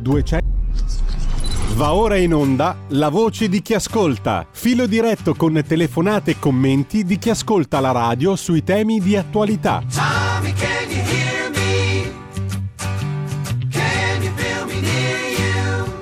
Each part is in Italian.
200. Va ora in onda La voce di chi ascolta, filo diretto con telefonate e commenti di chi ascolta la radio sui temi di attualità. Tommy, can you hear me? Can you feel me near you?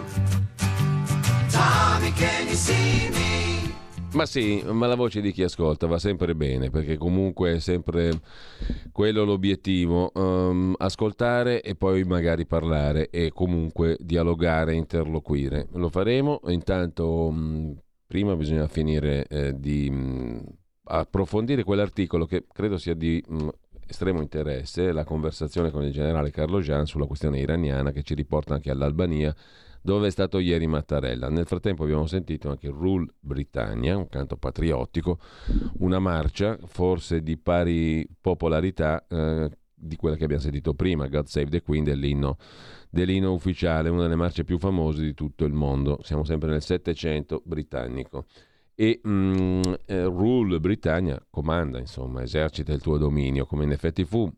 Tommy, can you see me? Ma sì, ma la voce di chi ascolta va sempre bene, perché comunque è sempre quello l'obiettivo, ascoltare e poi magari parlare e comunque dialogare, interloquire. Lo faremo, intanto prima bisogna finire di approfondire quell'articolo che credo sia di estremo interesse, la conversazione con il generale Carlo Jan sulla questione iraniana, che ci riporta anche all'Albania, dove è stato ieri Mattarella. Nel frattempo abbiamo sentito anche Rule Britannia, un canto patriottico, una marcia forse di pari popolarità di quella che abbiamo sentito prima, God Save the Queen, dell'inno ufficiale, una delle marce più famose di tutto il mondo. Siamo sempre nel Settecento britannico. E Rule Britannia comanda, insomma, esercita il tuo dominio, come in effetti fu.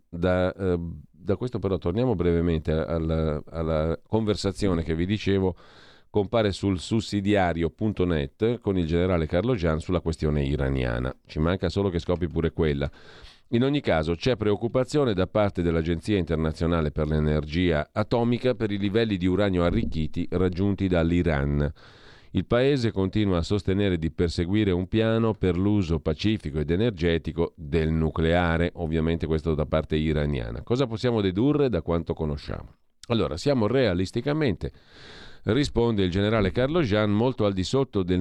Da questo però torniamo brevemente alla conversazione che vi dicevo, compare sul sussidiario.net con il generale Carlo Jan sulla questione iraniana. Ci manca solo che scopri pure quella. In ogni caso c'è preoccupazione da parte dell'Agenzia internazionale per l'energia atomica per i livelli di uranio arricchiti raggiunti dall'Iran. Il paese continua a sostenere di perseguire un piano per l'uso pacifico ed energetico del nucleare, ovviamente questo da parte iraniana. Cosa possiamo dedurre da quanto conosciamo? Allora, siamo realisticamente, risponde il generale Carlo Jan, molto al di sotto del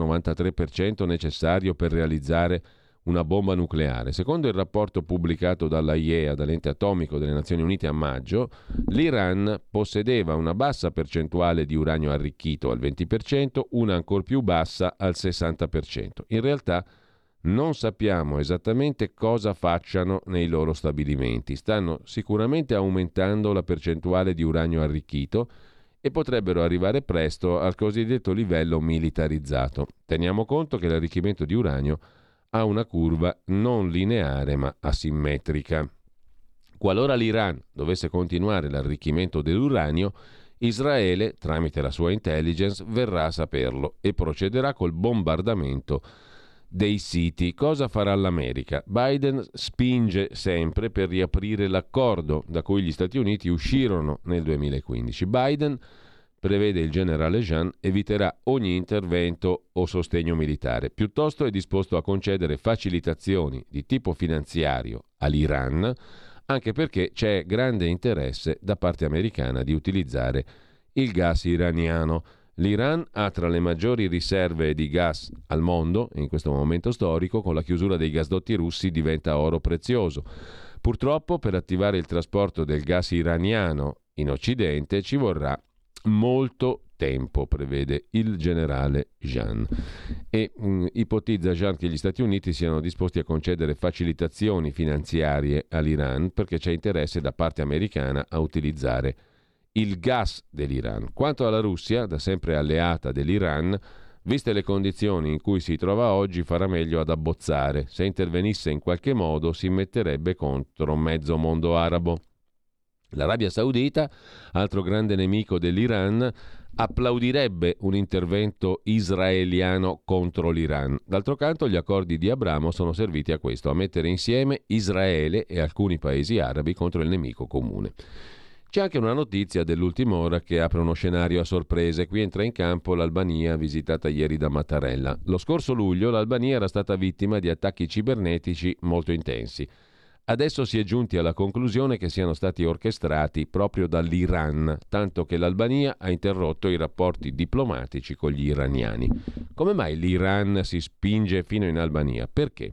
90-93% necessario per realizzare una bomba nucleare. Secondo il rapporto pubblicato dalla IEA, dall'ente atomico delle Nazioni Unite a maggio, l'Iran possedeva una bassa percentuale di uranio arricchito al 20%, una ancor più bassa al 60%. In realtà non sappiamo esattamente cosa facciano nei loro stabilimenti. Stanno sicuramente aumentando la percentuale di uranio arricchito e potrebbero arrivare presto al cosiddetto livello militarizzato. Teniamo conto che l'arricchimento di uranio ha una curva non lineare ma asimmetrica. Qualora l'Iran dovesse continuare l'arricchimento dell'uranio, Israele, tramite la sua intelligence, verrà a saperlo e procederà col bombardamento dei siti. Cosa farà l'America? Biden spinge sempre per riaprire l'accordo da cui gli Stati Uniti uscirono nel 2015. Biden, prevede il generale Jan, eviterà ogni intervento o sostegno militare. Piuttosto è disposto a concedere facilitazioni di tipo finanziario all'Iran, anche perché c'è grande interesse da parte americana di utilizzare il gas iraniano. L'Iran ha tra le maggiori riserve di gas al mondo in questo momento storico. Con la chiusura dei gasdotti russi diventa oro prezioso. Purtroppo, per attivare il trasporto del gas iraniano in Occidente ci vorrà molto tempo, prevede il generale Jan, e ipotizza Jan che gli Stati Uniti siano disposti a concedere facilitazioni finanziarie all'Iran perché c'è interesse da parte americana a utilizzare il gas dell'Iran. Quanto alla Russia, da sempre alleata dell'Iran, viste le condizioni in cui si trova oggi, farà meglio ad abbozzare. Se intervenisse in qualche modo si metterebbe contro mezzo mondo arabo. L'Arabia Saudita, altro grande nemico dell'Iran, applaudirebbe un intervento israeliano contro l'Iran. D'altro canto, gli accordi di Abramo sono serviti a questo, a mettere insieme Israele e alcuni paesi arabi contro il nemico comune. C'è anche una notizia dell'ultima ora che apre uno scenario a sorprese. Qui entra in campo l'Albania, visitata ieri da Mattarella. Lo scorso luglio l'Albania era stata vittima di attacchi cibernetici molto intensi. Adesso si è giunti alla conclusione che siano stati orchestrati proprio dall'Iran, tanto che l'Albania ha interrotto i rapporti diplomatici con gli iraniani. Come mai l'Iran si spinge fino in Albania? Perché?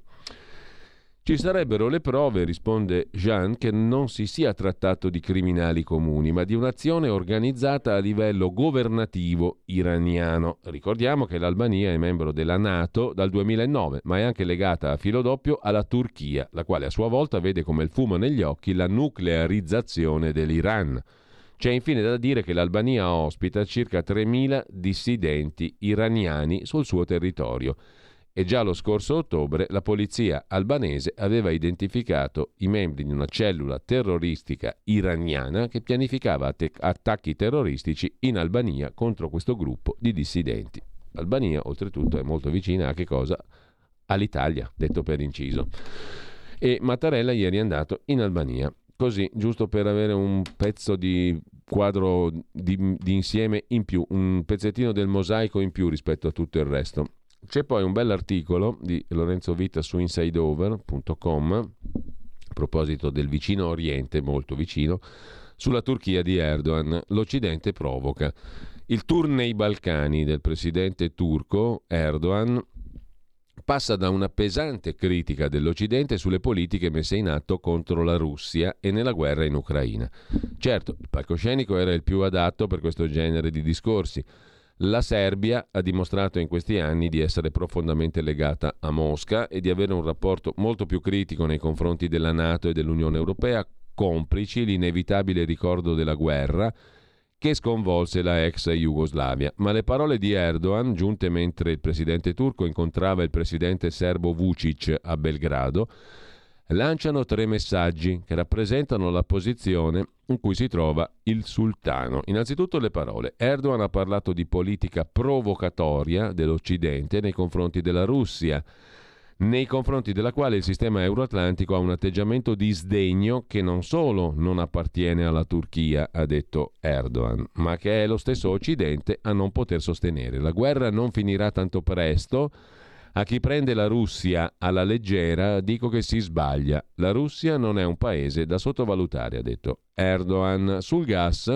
Ci sarebbero le prove, risponde Jan, che non si sia trattato di criminali comuni, ma di un'azione organizzata a livello governativo iraniano. Ricordiamo che l'Albania è membro della NATO dal 2009, ma è anche legata a filo doppio alla Turchia, la quale a sua volta vede come il fumo negli occhi la nuclearizzazione dell'Iran. C'è infine da dire che l'Albania ospita circa 3.000 dissidenti iraniani sul suo territorio e già lo scorso ottobre la polizia albanese aveva identificato i membri di una cellula terroristica iraniana che pianificava attacchi terroristici in Albania contro questo gruppo di dissidenti. L'Albania, oltretutto, è molto vicina a che cosa? All'Italia, detto per inciso. E Mattarella ieri è andato in Albania. Così, giusto per avere un pezzo di quadro di insieme in più, un pezzettino del mosaico in più rispetto a tutto il resto. C'è poi un bell'articolo di Lorenzo Vita su insideover.com a proposito del vicino Oriente, molto vicino, sulla Turchia di Erdogan. L'Occidente provoca. Il tour nei Balcani del presidente turco Erdogan passa da una pesante critica dell'Occidente sulle politiche messe in atto contro la Russia e nella guerra in Ucraina. Certo, il palcoscenico era il più adatto per questo genere di discorsi. La Serbia ha dimostrato in questi anni di essere profondamente legata a Mosca e di avere un rapporto molto più critico nei confronti della NATO e dell'Unione Europea, complici l'inevitabile ricordo della guerra che sconvolse la ex Jugoslavia. Ma le parole di Erdogan, giunte mentre il presidente turco incontrava il presidente serbo Vučić a Belgrado, lanciano 3 messaggi che rappresentano la posizione in cui si trova il sultano. Innanzitutto le parole. Erdogan ha parlato di politica provocatoria dell'Occidente nei confronti della Russia, nei confronti della quale il sistema euroatlantico ha un atteggiamento di sdegno che non solo non appartiene alla Turchia, ha detto Erdogan, ma che è lo stesso Occidente a non poter sostenere. La guerra non finirà tanto presto. A chi prende la Russia alla leggera dico che si sbaglia. La Russia non è un paese da sottovalutare, ha detto Erdogan. Sul gas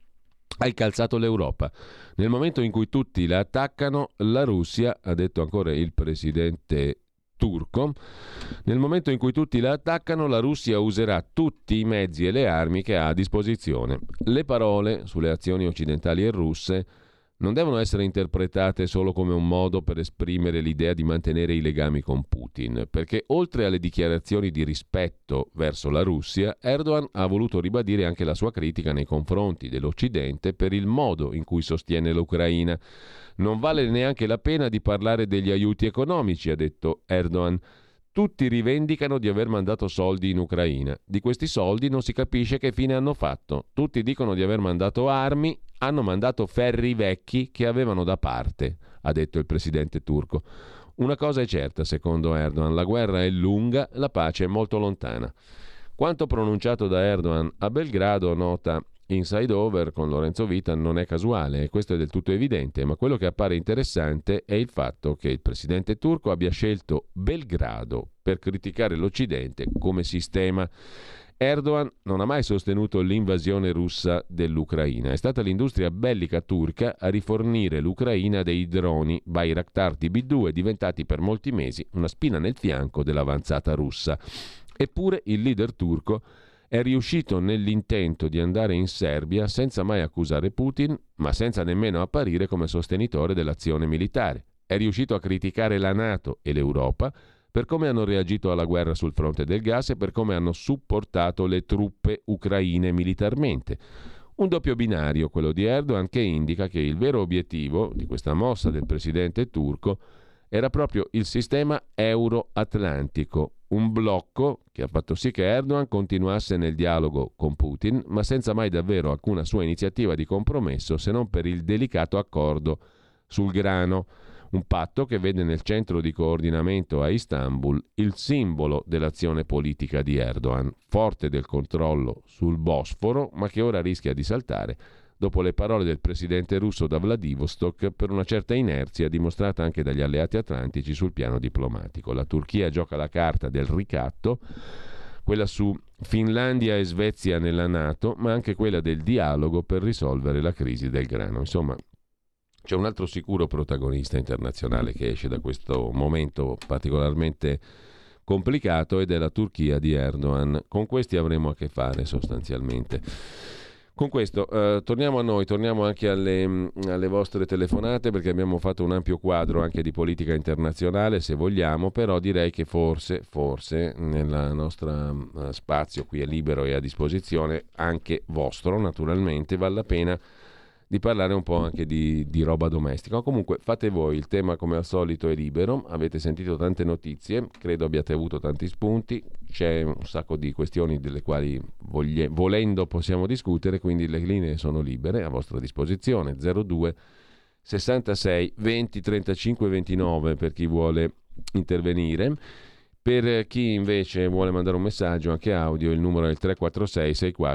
hai calzato l'Europa. Nel momento in cui tutti la attaccano, la Russia, ha detto ancora il presidente turco, nel momento in cui tutti la attaccano, la Russia userà tutti i mezzi e le armi che ha a disposizione. Le parole sulle azioni occidentali e russe non devono essere interpretate solo come un modo per esprimere l'idea di mantenere i legami con Putin, perché oltre alle dichiarazioni di rispetto verso la Russia, Erdogan ha voluto ribadire anche la sua critica nei confronti dell'Occidente per il modo in cui sostiene l'Ucraina. Non vale neanche la pena di parlare degli aiuti economici, ha detto Erdogan. Tutti rivendicano di aver mandato soldi in Ucraina. Di questi soldi non si capisce che fine hanno fatto. Tutti dicono di aver mandato armi, hanno mandato ferri vecchi che avevano da parte, ha detto il presidente turco. Una cosa è certa, secondo Erdogan, la guerra è lunga, la pace è molto lontana. Quanto pronunciato da Erdogan a Belgrado, nota Inside Over con Lorenzo Vita, non è casuale e questo è del tutto evidente, ma quello che appare interessante è il fatto che il presidente turco abbia scelto Belgrado per criticare l'Occidente come sistema. Erdogan non ha mai sostenuto l'invasione russa dell'Ucraina, è stata l'industria bellica turca a rifornire l'Ucraina dei droni Bayraktar TB2 diventati per molti mesi una spina nel fianco dell'avanzata russa. Eppure il leader turco è riuscito nell'intento di andare in Serbia senza mai accusare Putin, ma senza nemmeno apparire come sostenitore dell'azione militare. È riuscito a criticare la NATO e l'Europa per come hanno reagito alla guerra sul fronte del gas e per come hanno supportato le truppe ucraine militarmente. Un doppio binario, quello di Erdogan, che indica che il vero obiettivo di questa mossa del presidente turco era proprio il sistema euro-atlantico, un blocco che ha fatto sì che Erdogan continuasse nel dialogo con Putin, ma senza mai davvero alcuna sua iniziativa di compromesso se non per il delicato accordo sul grano, un patto che vede nel centro di coordinamento a Istanbul il simbolo dell'azione politica di Erdogan, forte del controllo sul Bosforo, ma che ora rischia di saltare dopo le parole del presidente russo da Vladivostok per una certa inerzia dimostrata anche dagli alleati atlantici sul piano diplomatico. La Turchia gioca la carta del ricatto, quella su Finlandia e Svezia nella NATO, ma anche quella del dialogo per risolvere la crisi del grano. Insomma, c'è un altro sicuro protagonista internazionale che esce da questo momento particolarmente complicato ed è la Turchia di Erdogan. Con questi avremo a che fare sostanzialmente. Con questo torniamo a noi, torniamo anche alle vostre telefonate perché abbiamo fatto un ampio quadro anche di politica internazionale se vogliamo, però direi che forse nel nostro spazio qui è libero e a disposizione anche vostro naturalmente, vale la pena di parlare un po' anche di roba domestica. O comunque fate voi, il tema come al solito è libero, avete sentito tante notizie, credo abbiate avuto tanti spunti, c'è un sacco di questioni delle quali volendo possiamo discutere, quindi le linee sono libere a vostra disposizione. 02 66 20 35 29 per chi vuole intervenire. Per chi invece vuole mandare un messaggio anche audio, il numero è il 346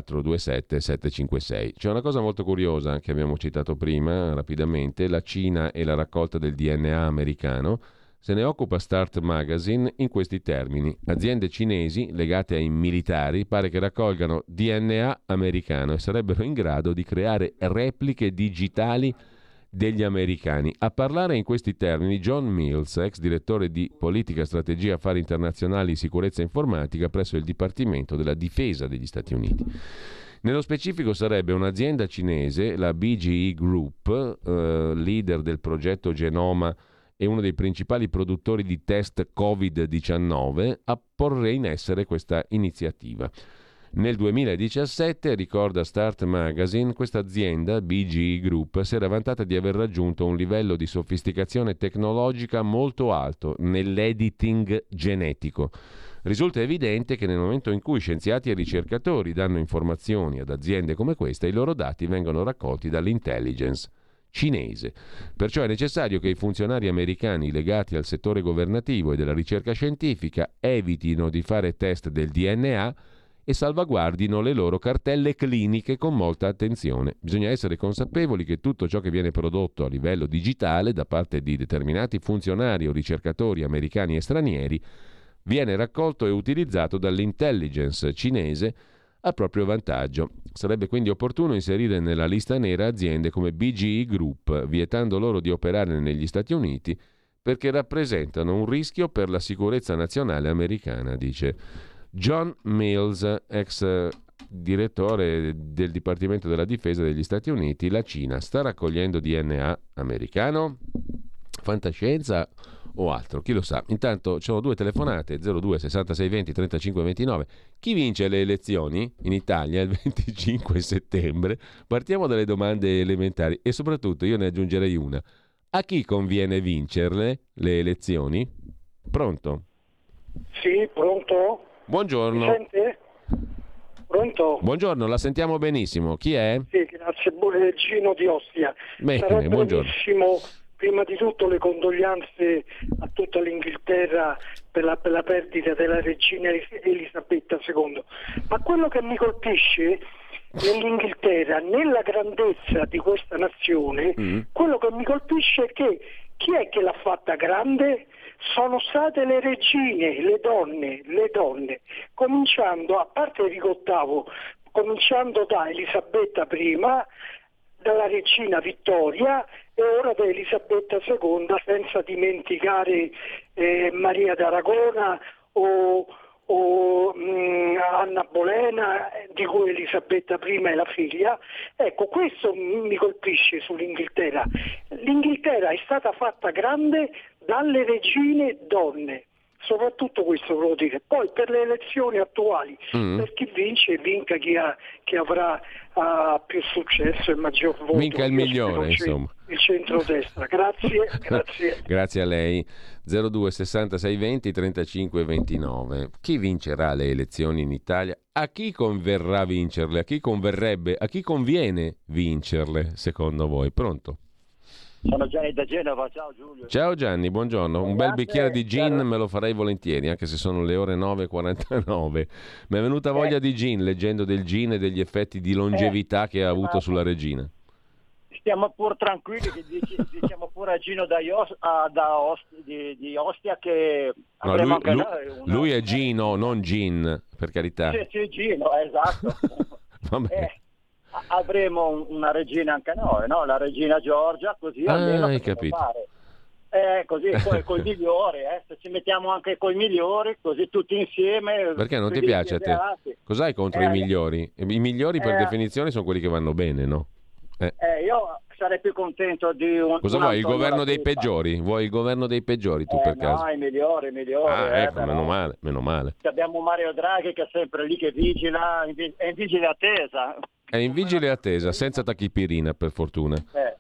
6427 756. C'è una cosa molto curiosa che abbiamo citato prima rapidamente: la Cina e la raccolta del DNA americano. Se ne occupa Start Magazine in questi termini: aziende cinesi legate ai militari pare che raccolgano DNA americano e sarebbero in grado di creare repliche digitali degli americani. A parlare in questi termini John Mills, ex direttore di politica, strategia, affari internazionali e sicurezza informatica presso il Dipartimento della Difesa degli Stati Uniti. Nello specifico sarebbe un'azienda cinese, la BGE Group, leader del progetto Genoma e uno dei principali produttori di test Covid-19, a porre in essere questa iniziativa. Nel 2017, ricorda Start Magazine, questa azienda, BGE Group, si era vantata di aver raggiunto un livello di sofisticazione tecnologica molto alto nell'editing genetico. Risulta evidente che nel momento in cui scienziati e ricercatori danno informazioni ad aziende come questa, i loro dati vengono raccolti dall'intelligence cinese. Perciò è necessario che i funzionari americani legati al settore governativo e della ricerca scientifica evitino di fare test del DNA e salvaguardino le loro cartelle cliniche con molta attenzione. Bisogna essere consapevoli che tutto ciò che viene prodotto a livello digitale da parte di determinati funzionari o ricercatori americani e stranieri viene raccolto e utilizzato dall'intelligence cinese a proprio vantaggio. Sarebbe quindi opportuno inserire nella lista nera aziende come BGE Group, vietando loro di operare negli Stati Uniti perché rappresentano un rischio per la sicurezza nazionale americana, dice John Mills, ex direttore del Dipartimento della Difesa degli Stati Uniti. La Cina sta raccogliendo DNA americano? Fantascienza o altro? Chi lo sa. Intanto ci sono due telefonate, 02 66 20 35 29. Chi vince le elezioni in Italia il 25 settembre? Partiamo dalle domande elementari e soprattutto io ne aggiungerei una. A chi conviene vincerle le elezioni? Pronto? Sì, pronto? Buongiorno. Mi sente? Pronto? Buongiorno, la sentiamo benissimo. Chi è? Sì, grazie, Gino di Ostia. Bene, Sarà buongiorno. brevissimo. Prima di tutto le condoglianze a tutta l'Inghilterra per la perdita della regina Elisabetta II. Ma quello che mi colpisce nell'Inghilterra, nella grandezza di questa nazione, quello che mi colpisce è che chi è che l'ha fatta grande? Sono state le regine, le donne, cominciando, a parte Enrico VIII, cominciando da Elisabetta I, dalla regina Vittoria e ora da Elisabetta II, senza dimenticare Maria d'Aragona o Anna Bolena, di cui Elisabetta I è la figlia. Ecco, questo mi colpisce sull'Inghilterra. L'Inghilterra è stata fatta grande dalle regine donne, soprattutto questo volevo dire. Poi per le elezioni attuali, per chi vince, vinca chi avrà più successo e maggior voto. Vinca il migliore, insomma. Il centrodestra. Grazie. Grazie a lei. 02 66 20 35 29. Chi vincerà le elezioni in Italia? A chi converrà vincerle? A chi converrebbe? A chi conviene vincerle, secondo voi? Pronto? Sono Gianni da Genova, ciao Giulio. Ciao Gianni, buongiorno. Un bel bicchiere di gin me lo farei volentieri, anche se sono le ore 9:49. Mi è venuta voglia di gin, leggendo del gin e degli effetti di longevità che ha avuto sulla regina. Stiamo pur tranquilli, che diciamo pure a Gino di Ostia che no, lui è Gino, non gin, per carità. Sì, Gino, esatto. Vabbè. Avremo una regina anche noi, no? La regina Giorgia, così almeno hai capito. Così poi coi migliori, se ci mettiamo anche coi migliori, così tutti insieme. Perché non ti piace a te? Cos'hai contro i migliori? I migliori per definizione sono quelli che vanno bene, no? Io sarei più contento di un... Cosa vuoi? Il governo dei peggiori? Vuoi il governo dei peggiori tu per caso? No, i migliori. Ecco, meno male. Abbiamo Mario Draghi che è sempre lì che vigila, è in vigile attesa. È in vigile attesa, senza tachipirina per fortuna.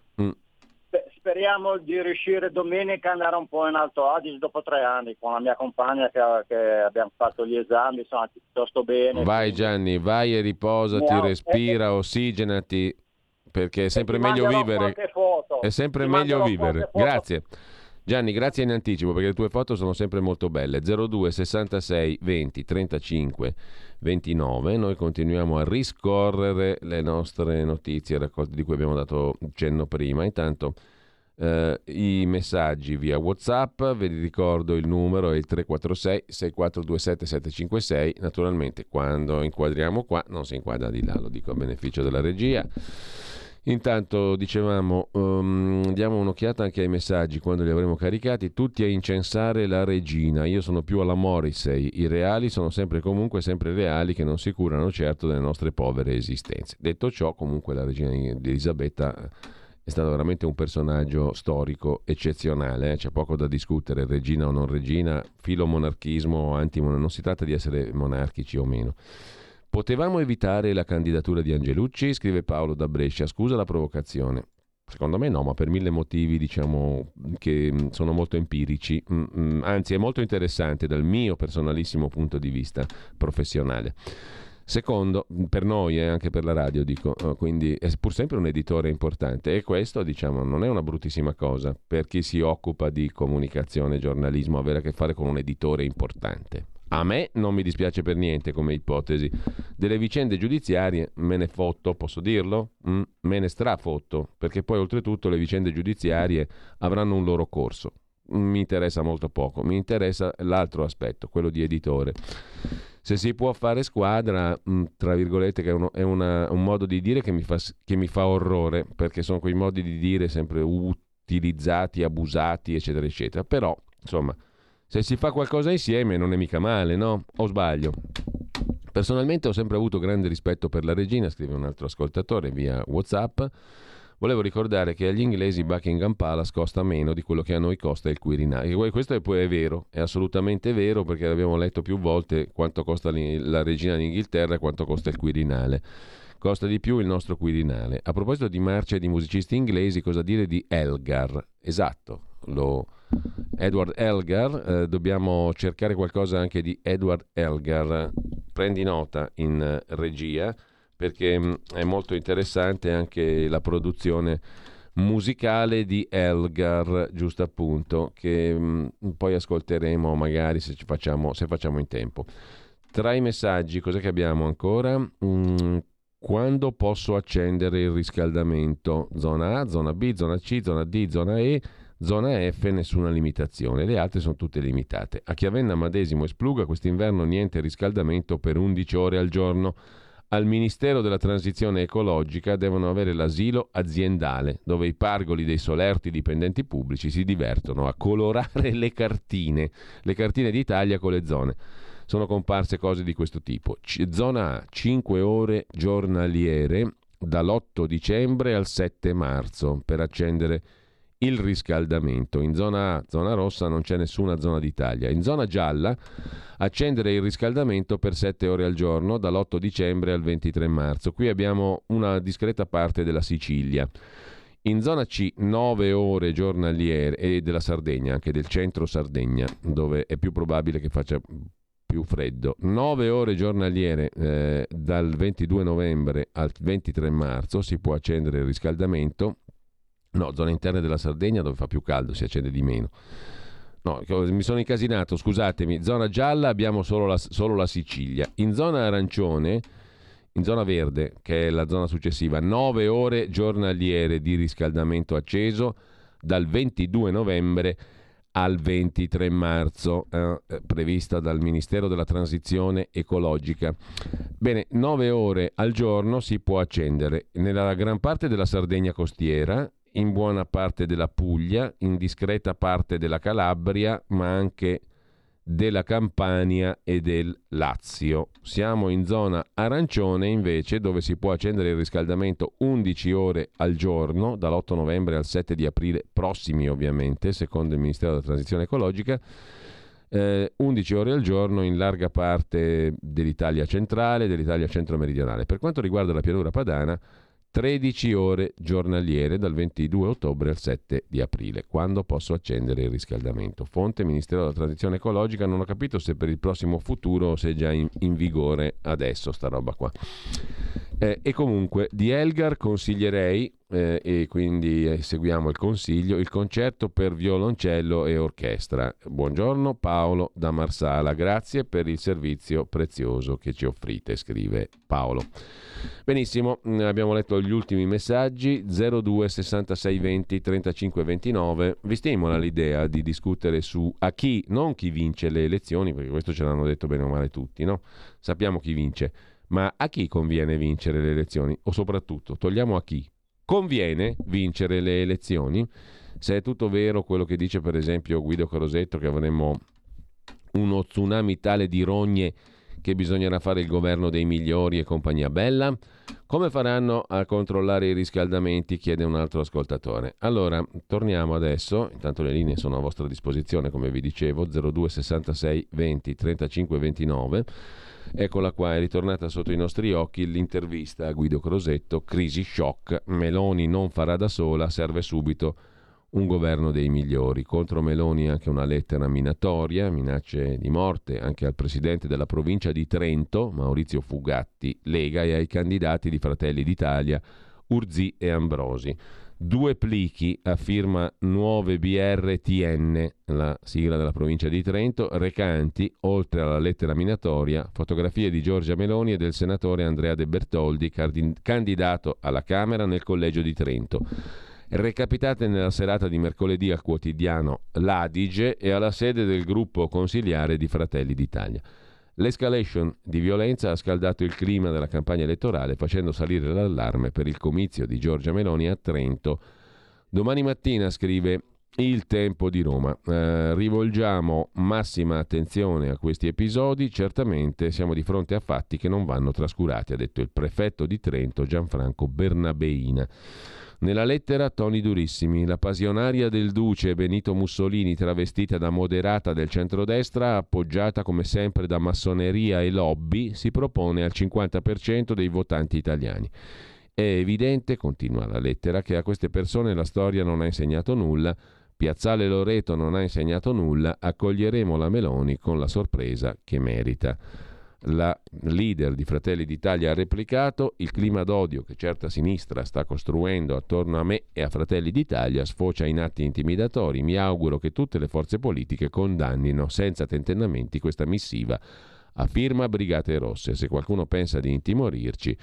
Speriamo di riuscire domenica ad andare un po' in Alto Adige dopo 3 anni con la mia compagna che abbiamo fatto gli esami, insomma, piuttosto bene. Vai Gianni, vai e riposati, respira, ossigenati, perché è sempre meglio vivere. È sempre meglio vivere. Grazie. Gianni, grazie in anticipo perché le tue foto sono sempre molto belle. 02 66 20 35 29. Noi continuiamo a riscorrere le nostre notizie, raccolte di cui abbiamo dato cenno prima. Intanto i messaggi via WhatsApp, vi ricordo il numero è il 346 6427 756. Naturalmente quando inquadriamo qua non si inquadra di là, lo dico a beneficio della regia. Intanto dicevamo diamo un'occhiata anche ai messaggi quando li avremo caricati, tutti a incensare la regina. Io sono più alla Morrissey, i reali sono sempre e comunque sempre reali che non si curano certo delle nostre povere esistenze. Detto ciò, comunque la regina Elisabetta è stato veramente un personaggio storico eccezionale, c'è poco da discutere, regina o non regina, filomonarchismo o antimonarchismo, non si tratta di essere monarchici o meno. Potevamo evitare la candidatura di Angelucci, scrive Paolo da Brescia, scusa la provocazione. Secondo me no, ma per 1000 motivi diciamo che sono molto empirici, anzi è molto interessante dal mio personalissimo punto di vista professionale. Secondo, per noi e anche per la radio dico, quindi è pur sempre un editore importante e questo diciamo non è una bruttissima cosa per chi si occupa di comunicazione e giornalismo avere a che fare con un editore importante. A me non mi dispiace per niente come ipotesi. Delle vicende giudiziarie me ne fotto, posso dirlo? Me ne strafotto, perché poi oltretutto le vicende giudiziarie avranno un loro corso. Mi interessa molto poco, mi interessa l'altro aspetto, quello di editore. Se si può fare squadra, tra virgolette, che è un modo di dire che mi fa orrore, perché sono quei modi di dire sempre utilizzati, abusati, eccetera, eccetera. Però, insomma, se si fa qualcosa insieme non è mica male, no? O sbaglio? Personalmente ho sempre avuto grande rispetto per la regina, scrive un altro ascoltatore via WhatsApp. Volevo ricordare che agli inglesi Buckingham Palace costa meno di quello che a noi costa il Quirinale. Questo è vero, è assolutamente vero, perché abbiamo letto più volte quanto costa la regina d'Inghilterra e quanto costa il Quirinale. Costa di più il nostro Quirinale. A proposito di marce e di musicisti inglesi, cosa dire di Elgar? Esatto, Edward Elgar, dobbiamo cercare qualcosa anche di Edward Elgar. Prendi nota in regia, perché è molto interessante anche la produzione musicale di Elgar, giusto appunto, che poi ascolteremo magari se facciamo in tempo. Tra i messaggi, cos'è che abbiamo ancora? Quando posso accendere il riscaldamento? Zona A, zona B, zona C, zona D, zona E, zona F, nessuna limitazione. Le altre sono tutte limitate. A Chiavenna, Madesimo e Spluga quest'inverno niente riscaldamento per 11 ore al giorno. Al Ministero della Transizione Ecologica devono avere l'asilo aziendale, dove i pargoli dei solerti dipendenti pubblici si divertono a colorare le cartine d'Italia con le zone. Sono comparse cose di questo tipo. Zona A, 5 ore giornaliere dall'8 dicembre al 7 marzo per accendere il riscaldamento. In zona A, zona rossa, non c'è nessuna zona d'Italia. In zona gialla, accendere il riscaldamento per 7 ore al giorno dall'8 dicembre al 23 marzo. Qui abbiamo una discreta parte della Sicilia. In zona C 9 ore giornaliere e della Sardegna, anche del centro Sardegna, dove è più probabile che faccia più freddo. 9 ore giornaliere dal 22 novembre al 23 marzo si può accendere il riscaldamento. No, zone interne della Sardegna dove fa più caldo si accende di meno. No, mi sono incasinato, scusatemi. Zona gialla abbiamo solo la Sicilia. In zona arancione, in zona verde, che è la zona successiva, 9 ore giornaliere di riscaldamento acceso dal 22 novembre al 23 marzo, prevista dal Ministero della Transizione Ecologica. Bene, 9 ore al giorno si può accendere nella gran parte della Sardegna costiera, in buona parte della Puglia, in discreta parte della Calabria, ma anche della Campania e del Lazio. Siamo in zona arancione invece, dove si può accendere il riscaldamento 11 ore al giorno, dall'8 novembre al 7 di aprile prossimi ovviamente, secondo il Ministero della Transizione Ecologica. 11 ore al giorno in larga parte dell'Italia centrale, dell'Italia centro-meridionale. Per quanto riguarda la pianura padana, 13 ore giornaliere dal 22 ottobre al 7 di aprile, quando posso accendere il riscaldamento. Fonte Ministero della Transizione Ecologica, non ho capito se per il prossimo futuro o se è già in vigore adesso sta roba qua. E comunque di Elgar consiglierei, e quindi seguiamo il consiglio, il concerto per violoncello e orchestra. Buongiorno Paolo da Marsala, grazie per il servizio prezioso che ci offrite, scrive Paolo. Benissimo, abbiamo letto gli ultimi messaggi. 02 66 20 35 29. Vi stimola l'idea di discutere su a chi, non chi vince le elezioni, perché questo ce l'hanno detto bene o male tutti, no? Sappiamo chi vince, ma a chi conviene vincere le elezioni? O soprattutto, togliamo a chi conviene vincere le elezioni? Se è tutto vero quello che dice per esempio Guido Crosetto, che avremo uno tsunami tale di rogne che bisognerà fare il governo dei migliori e compagnia bella, come faranno a controllare i riscaldamenti? Chiede un altro ascoltatore. Allora, torniamo adesso, intanto le linee sono a vostra disposizione, come vi dicevo, 02 66 20 35 29. Eccola qua, è ritornata sotto i nostri occhi l'intervista a Guido Crosetto, crisi shock, Meloni non farà da sola, serve subito un governo dei migliori. Contro Meloni anche una lettera minatoria, minacce di morte anche al presidente della provincia di Trento, Maurizio Fugatti, Lega, e ai candidati di Fratelli d'Italia, Urzì e Ambrosi. 2 plichi a firma Nuove BRTN, la sigla della provincia di Trento, recanti, oltre alla lettera minatoria, fotografie di Giorgia Meloni e del senatore Andrea De Bertoldi, candidato alla Camera nel collegio di Trento, recapitate nella serata di mercoledì al quotidiano L'Adige e alla sede del gruppo consiliare di Fratelli d'Italia. L'escalation di violenza ha scaldato il clima della campagna elettorale, facendo salire l'allarme per il comizio di Giorgia Meloni a Trento. Domani mattina, scrive Il Tempo di Roma, rivolgiamo massima attenzione a questi episodi, certamente siamo di fronte a fatti che non vanno trascurati, ha detto il prefetto di Trento Gianfranco Bernabeina. Nella lettera toni durissimi, la passionaria del duce Benito Mussolini, travestita da moderata del centrodestra, appoggiata come sempre da massoneria e lobby, si propone al 50% dei votanti italiani. È evidente, continua la lettera, che a queste persone la storia non ha insegnato nulla, Piazzale Loreto non ha insegnato nulla, accoglieremo la Meloni con la sorpresa che merita. La leader di Fratelli d'Italia ha replicato: il clima d'odio che certa sinistra sta costruendo attorno a me e a Fratelli d'Italia sfocia in atti intimidatori. Mi auguro che tutte le forze politiche condannino senza tentennamenti questa missiva a firma Brigate Rosse. Se qualcuno pensa di intimorirci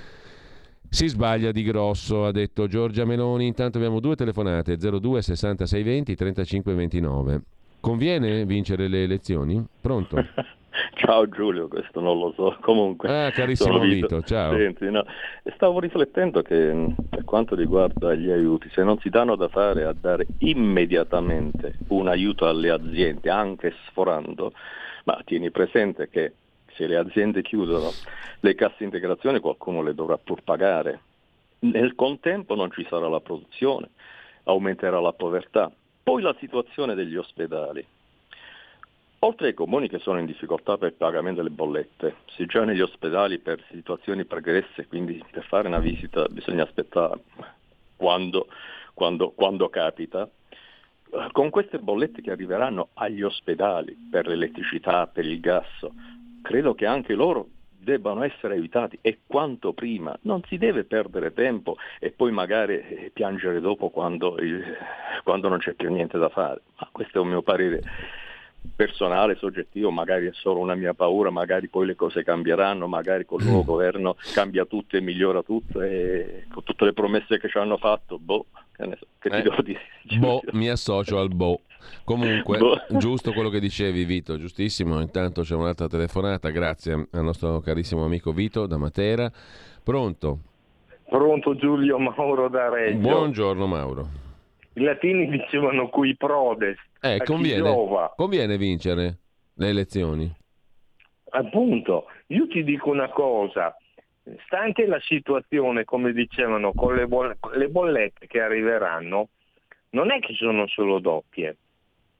si sbaglia di grosso, ha detto Giorgia Meloni. Intanto abbiamo 2 telefonate, 02 66 20 35 29. Conviene vincere le elezioni? Pronto? Ciao Giulio, questo non lo so, comunque. Carissimo Vito, ciao. Senti, no, stavo riflettendo che per quanto riguarda gli aiuti, se non si danno da fare a dare immediatamente un aiuto alle aziende, anche sforando, ma tieni presente che se le aziende chiudono, le casse integrazione qualcuno le dovrà pur pagare. Nel contempo non ci sarà la produzione, aumenterà la povertà. Poi la situazione degli ospedali. Oltre ai comuni che sono in difficoltà per il pagamento delle bollette, se già negli ospedali per situazioni pregresse, quindi per fare una visita bisogna aspettare quando capita, con queste bollette che arriveranno agli ospedali per l'elettricità, per il gas, credo che anche loro debbano essere aiutati e quanto prima. Non si deve perdere tempo e poi magari piangere dopo quando non c'è più niente da fare. Ma questo è un mio parere personale, soggettivo, magari è solo una mia paura, magari poi le cose cambieranno, magari col nuovo governo cambia tutto e migliora tutto, e con tutte le promesse che ci hanno fatto, che ti devo dire? Mi associo al Comunque, giusto quello che dicevi Vito, giustissimo. Intanto c'è un'altra telefonata, grazie al nostro carissimo amico Vito da Matera. Pronto? Pronto Giulio, Mauro da Reggio. Buongiorno Mauro. I latini dicevano cui prodest. Conviene vincere le elezioni. Appunto, io ti dico una cosa, stante la situazione, come dicevano, con le bollette che arriveranno, non è che sono solo doppie.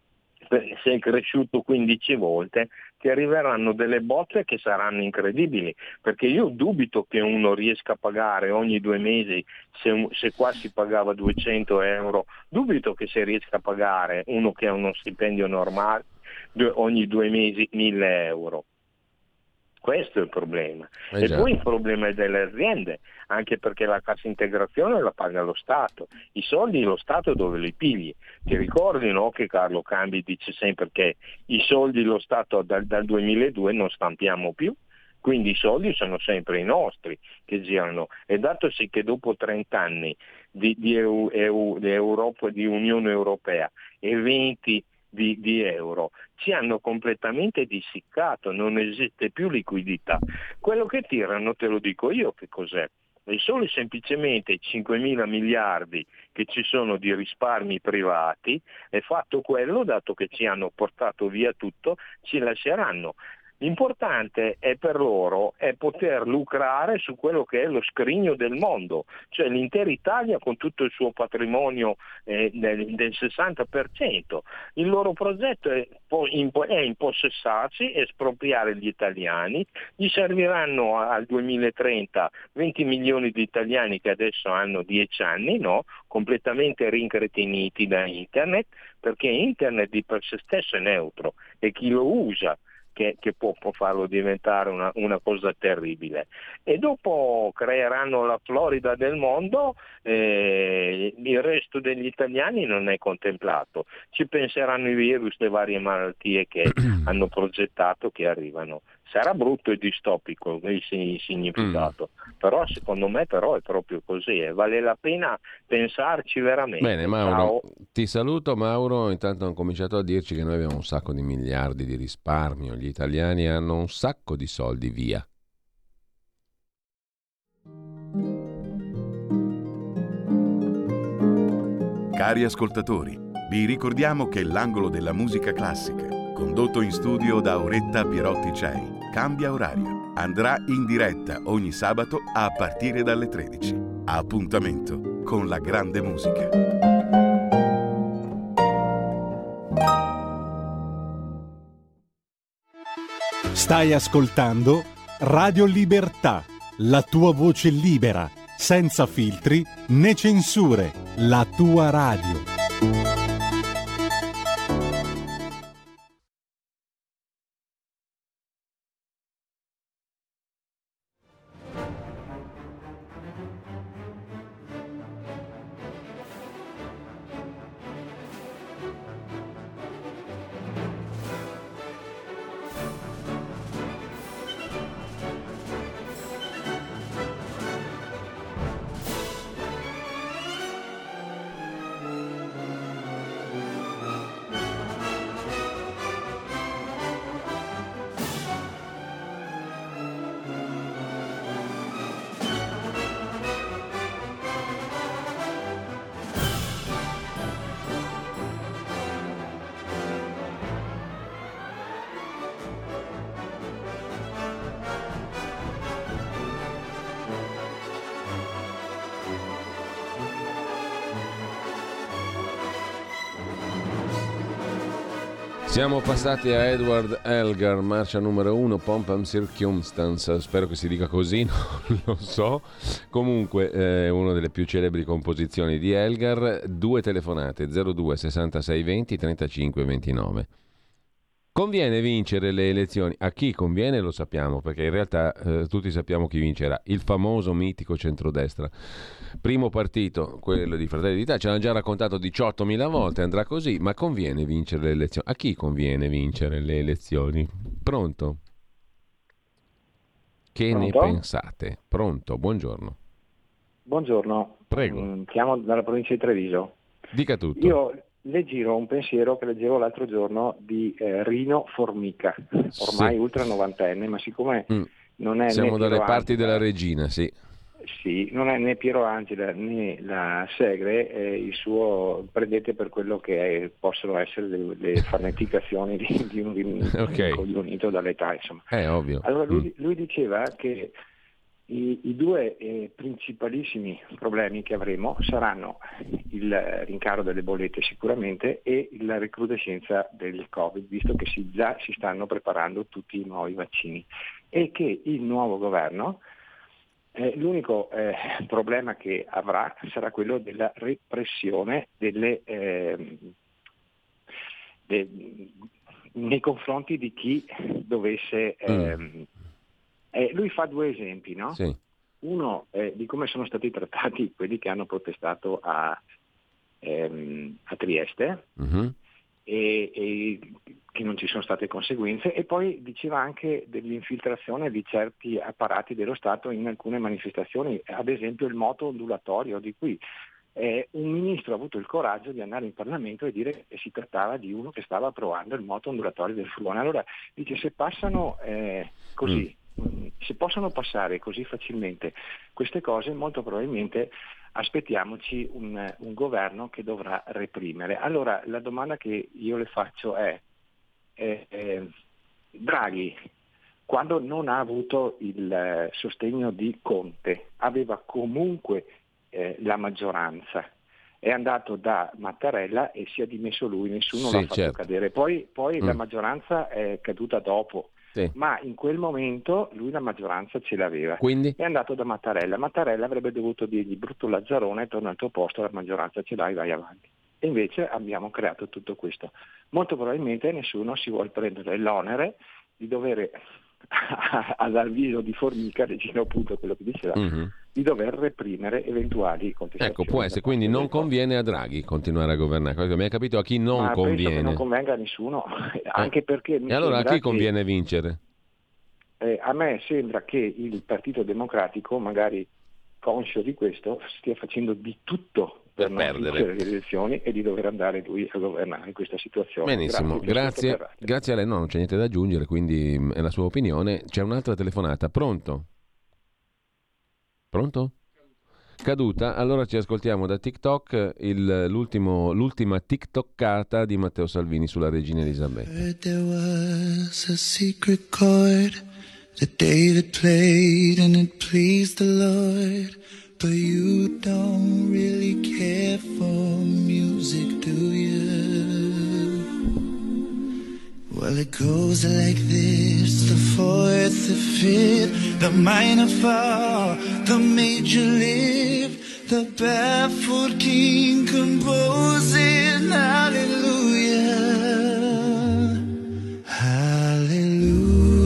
sei cresciuto 15 volte, ti arriveranno delle botte che saranno incredibili, perché io dubito che uno riesca a pagare ogni 2 mesi, se qua si pagava 200 euro, dubito che si riesca a pagare uno che ha uno stipendio normale ogni 2 mesi 1.000 euro. Questo è il problema. E già. poi il problema è delle aziende, anche perché la cassa integrazione la paga lo Stato. I soldi lo Stato dove li pigli? Ti ricordi, no, che Carlo Cambi dice sempre che i soldi lo Stato dal 2002 non stampiamo più, quindi i soldi sono sempre i nostri che girano. E datosi che dopo 30 anni di Europa, di Unione Europea e 20 di euro ci hanno completamente dissiccato, non esiste più liquidità. Quello che tirano, te lo dico io che cos'è, è solo semplicemente i 5.000 miliardi che ci sono di risparmi privati, è fatto quello, dato che ci hanno portato via tutto, ci lasceranno. L'importante è per loro è poter lucrare su quello che è lo scrigno del mondo, cioè l'intera Italia con tutto il suo patrimonio del 60%. Il loro progetto è impossessarsi, espropriare gli italiani, gli serviranno al 2030 20 milioni di italiani che adesso hanno 10 anni, no? Completamente rincretiniti da internet, perché internet di per sé stesso è neutro e chi lo usa che può farlo diventare una cosa terribile. E dopo creeranno la Florida del mondo, il resto degli italiani non è contemplato. Ci penseranno i virus, le varie malattie che hanno progettato che arrivano. Sarà brutto e distopico il significato, però secondo me però è proprio così e vale la pena pensarci veramente. Bene, Mauro, Ciao. ti saluto. Mauro, intanto hanno cominciato a dirci che noi abbiamo un sacco di miliardi di risparmio, gli italiani hanno un sacco di soldi, via. Cari ascoltatori, vi ricordiamo che l'angolo della musica classica, condotto in studio da Auretta Pierotti Cei, cambia orario. Andrà in diretta ogni sabato a partire dalle 13. Appuntamento con la grande musica. Stai ascoltando Radio Libertà, la tua voce libera, senza filtri né censure, la tua radio. Siamo passati a Edward Elgar, marcia numero 1, Pomp and Circumstance, spero che si dica così, non lo so. Comunque è una delle più celebri composizioni di Elgar. 2 telefonate, 02 66 20 35 29. Conviene vincere le elezioni? A chi conviene lo sappiamo, perché in realtà tutti sappiamo chi vincerà. Il famoso mitico centrodestra. Primo partito, quello di Fratelli d'Italia, ce l'hanno già raccontato 18.000 volte, andrà così, ma conviene vincere le elezioni? A chi conviene vincere le elezioni? Pronto? Che Pronto? ne pensate? Pronto, buongiorno. Buongiorno. Prego. Chiamo dalla provincia di Treviso. Dica tutto. Io le giro un pensiero che leggevo l'altro giorno di Rino Formica, ormai Sì. ultra 90enne, ma siccome non è Siamo né dalle Piero parti Angela, della regina, sì. sì, non è né Piero Angela né la Segre, il suo prendete per quello che possono essere le farneticazioni di un Ok. coglionito dall'età, insomma. È ovvio. Allora lui diceva che I due principalissimi problemi che avremo saranno il rincaro delle bollette sicuramente e la recrudescenza del Covid, visto che già si stanno preparando tutti i nuovi vaccini e che il nuovo governo l'unico problema che avrà sarà quello della repressione nei confronti di chi dovesse... lui fa due esempi, no? Sì. Uno di come sono stati trattati quelli che hanno protestato a Trieste e che non ci sono state conseguenze, e poi diceva anche dell'infiltrazione di certi apparati dello Stato in alcune manifestazioni, ad esempio il moto ondulatorio, di cui un ministro ha avuto il coraggio di andare in Parlamento e dire che si trattava di uno che stava approvando il moto ondulatorio del Friuli. Allora dice, se passano così, se possono passare così facilmente queste cose, molto probabilmente aspettiamoci un governo che dovrà reprimere. Allora la domanda che io le faccio è Draghi, quando non ha avuto il sostegno di Conte, aveva comunque la maggioranza, è andato da Mattarella e si è dimesso lui, nessuno l'ha fatto cadere, poi la maggioranza è caduta dopo. Sì. Ma in quel momento lui la maggioranza ce l'aveva. Quindi? È andato da Mattarella. Mattarella avrebbe dovuto dirgli: brutto Lazzarone, torna al tuo posto, la maggioranza ce l'hai, vai avanti. E invece abbiamo creato tutto questo. Molto probabilmente nessuno si vuole prendere l'onere di dover ad viso di formica, leggendo appunto quello che diceva, di dover reprimere eventuali contestazioni. Ecco, può essere, quindi non conviene a Draghi continuare a governare. Mi hai capito a chi non conviene? Penso che non convenga a nessuno, anche perché e allora a chi conviene vincere? A me sembra che il Partito Democratico, magari conscio di questo, stia facendo di tutto per non vincere le elezioni e di dover andare lui a governare in questa situazione. Benissimo, grazie a lei. No, non c'è niente da aggiungere, quindi è la sua opinione. C'è un'altra telefonata. Pronto? Caduta. Allora ci ascoltiamo da TikTok l'ultima TikTokata di Matteo Salvini sulla regina Elisabetta. There was a secret chord that David played and it pleased the Lord. But you don't really care for music, do you? Well, it goes like this: the fourth, the fifth, the minor fall, the major lift, the barefoot king composing hallelujah, hallelujah.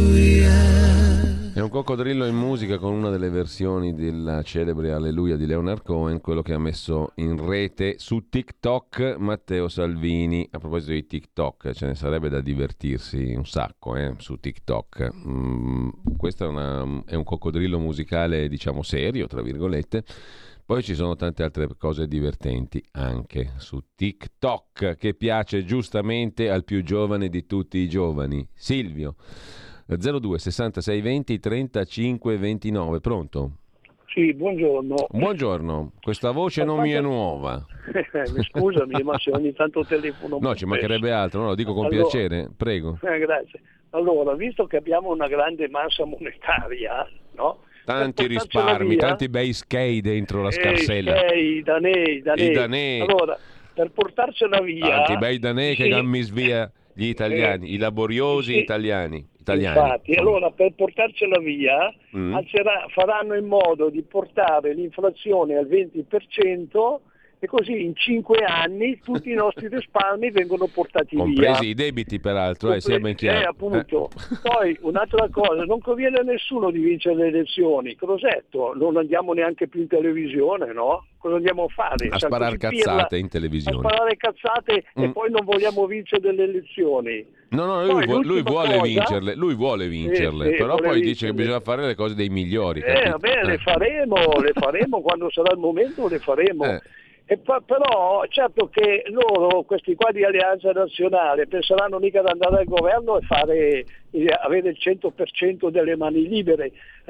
È un coccodrillo in musica con una delle versioni della celebre Alleluia di Leonard Cohen, quello che ha messo in rete su TikTok Matteo Salvini. A proposito di TikTok, ce ne sarebbe da divertirsi un sacco su TikTok. Questo è un coccodrillo musicale, diciamo, serio, tra virgolette. Poi ci sono tante altre cose divertenti anche su TikTok, che piace giustamente al più giovane di tutti i giovani, Silvio. 02 66 20 35 29. Pronto? Sì, buongiorno. Buongiorno, questa voce non mi è nuova. Scusami, ma se ogni tanto telefono... No, ci mancherebbe altro, no, lo dico con piacere, prego. Grazie. Allora, visto che abbiamo una grande massa monetaria, no? Tanti risparmi, tanti bei skei dentro la scarsella. I danè. Allora, per portarcela via... Tanti bei danè che gammis via gli italiani, i laboriosi italiani. Infatti, allora per portarcela via faranno in modo di portare l'inflazione al 20% e così in 5 anni tutti i nostri risparmi vengono portati compresi via. Compresi i debiti, peraltro, sia ben chiaro. Appunto. Poi un'altra cosa, non conviene a nessuno di vincere le elezioni. Crosetto, non andiamo neanche più in televisione, no? Cosa andiamo a fare? A sparare cazzate in televisione. A sparare cazzate e poi non vogliamo vincere delle elezioni. No, lui vuole vincerle, però poi dice che bisogna fare le cose dei migliori. Vabbè, le faremo quando sarà il momento, le faremo. Però certo che loro, questi qua di Alleanza Nazionale, penseranno mica ad andare al governo e avere il 100% delle mani libere.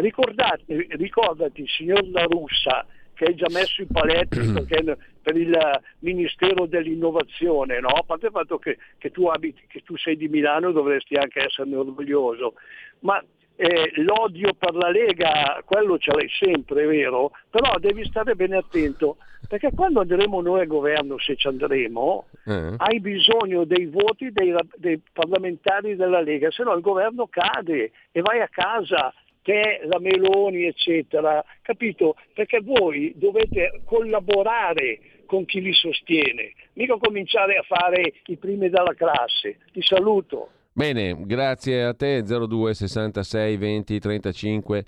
Ricordati, signor La Russa, che hai già messo i paletti per il Ministero dell'Innovazione, no? A parte il fatto che tu sei di Milano, dovresti anche esserne orgoglioso, ma l'odio per la Lega, quello ce l'hai sempre, è vero, però devi stare bene attento, perché quando andremo noi al governo, se ci andremo, hai bisogno dei voti dei parlamentari della Lega, se no il governo cade e vai a casa, te, la Meloni, eccetera, capito? Perché voi dovete collaborare con chi vi sostiene, mica cominciare a fare i primi della classe. Ti saluto. Bene, grazie a te. 02 66 20 35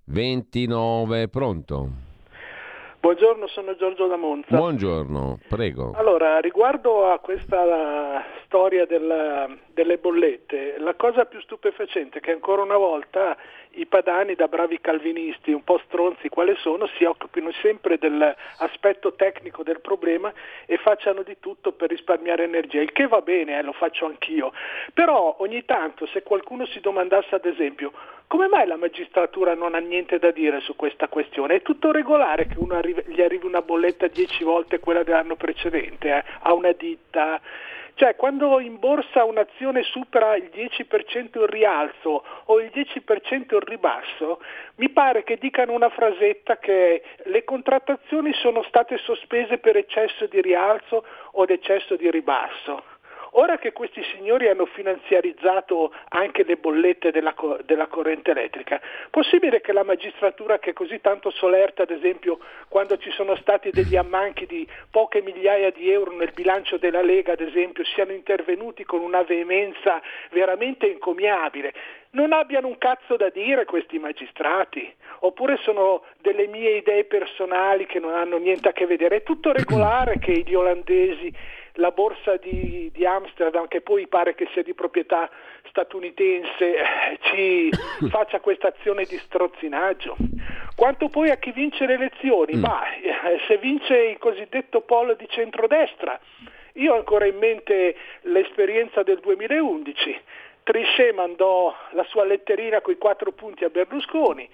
29. Pronto? Buongiorno, sono Giorgio da Monza. Buongiorno, prego. Allora, riguardo a questa storia delle bollette, la cosa più stupefacente è che ancora una volta i padani, da bravi calvinisti, un po' stronzi quali sono, si occupino sempre dell'aspetto tecnico del problema e facciano di tutto per risparmiare energia, il che va bene, lo faccio anch'io. Però ogni tanto, se qualcuno si domandasse ad esempio come mai la magistratura non ha niente da dire su questa questione, è tutto regolare che gli arrivi una bolletta 10 volte quella dell'anno precedente, a una ditta. Cioè, quando in borsa un'azione supera il 10% il rialzo o il 10% il ribasso, mi pare che dicano una frasetta che le contrattazioni sono state sospese per eccesso di rialzo o d'eccesso di ribasso. Ora che questi signori hanno finanziarizzato anche le bollette della corrente elettrica, possibile che la magistratura, che è così tanto solerta, ad esempio quando ci sono stati degli ammanchi di poche migliaia di euro nel bilancio della Lega, ad esempio, siano intervenuti con una veemenza veramente encomiabile? Non abbiano un cazzo da dire questi magistrati? Oppure sono delle mie idee personali che non hanno niente a che vedere? È tutto regolare che gli olandesi, la borsa di Amsterdam, che poi pare che sia di proprietà statunitense, ci faccia questa azione di strozzinaggio. Quanto poi a chi vince le elezioni, se vince il cosiddetto polo di centrodestra, io ho ancora in mente l'esperienza del 2011. Trichet mandò la sua letterina coi 4 punti a Berlusconi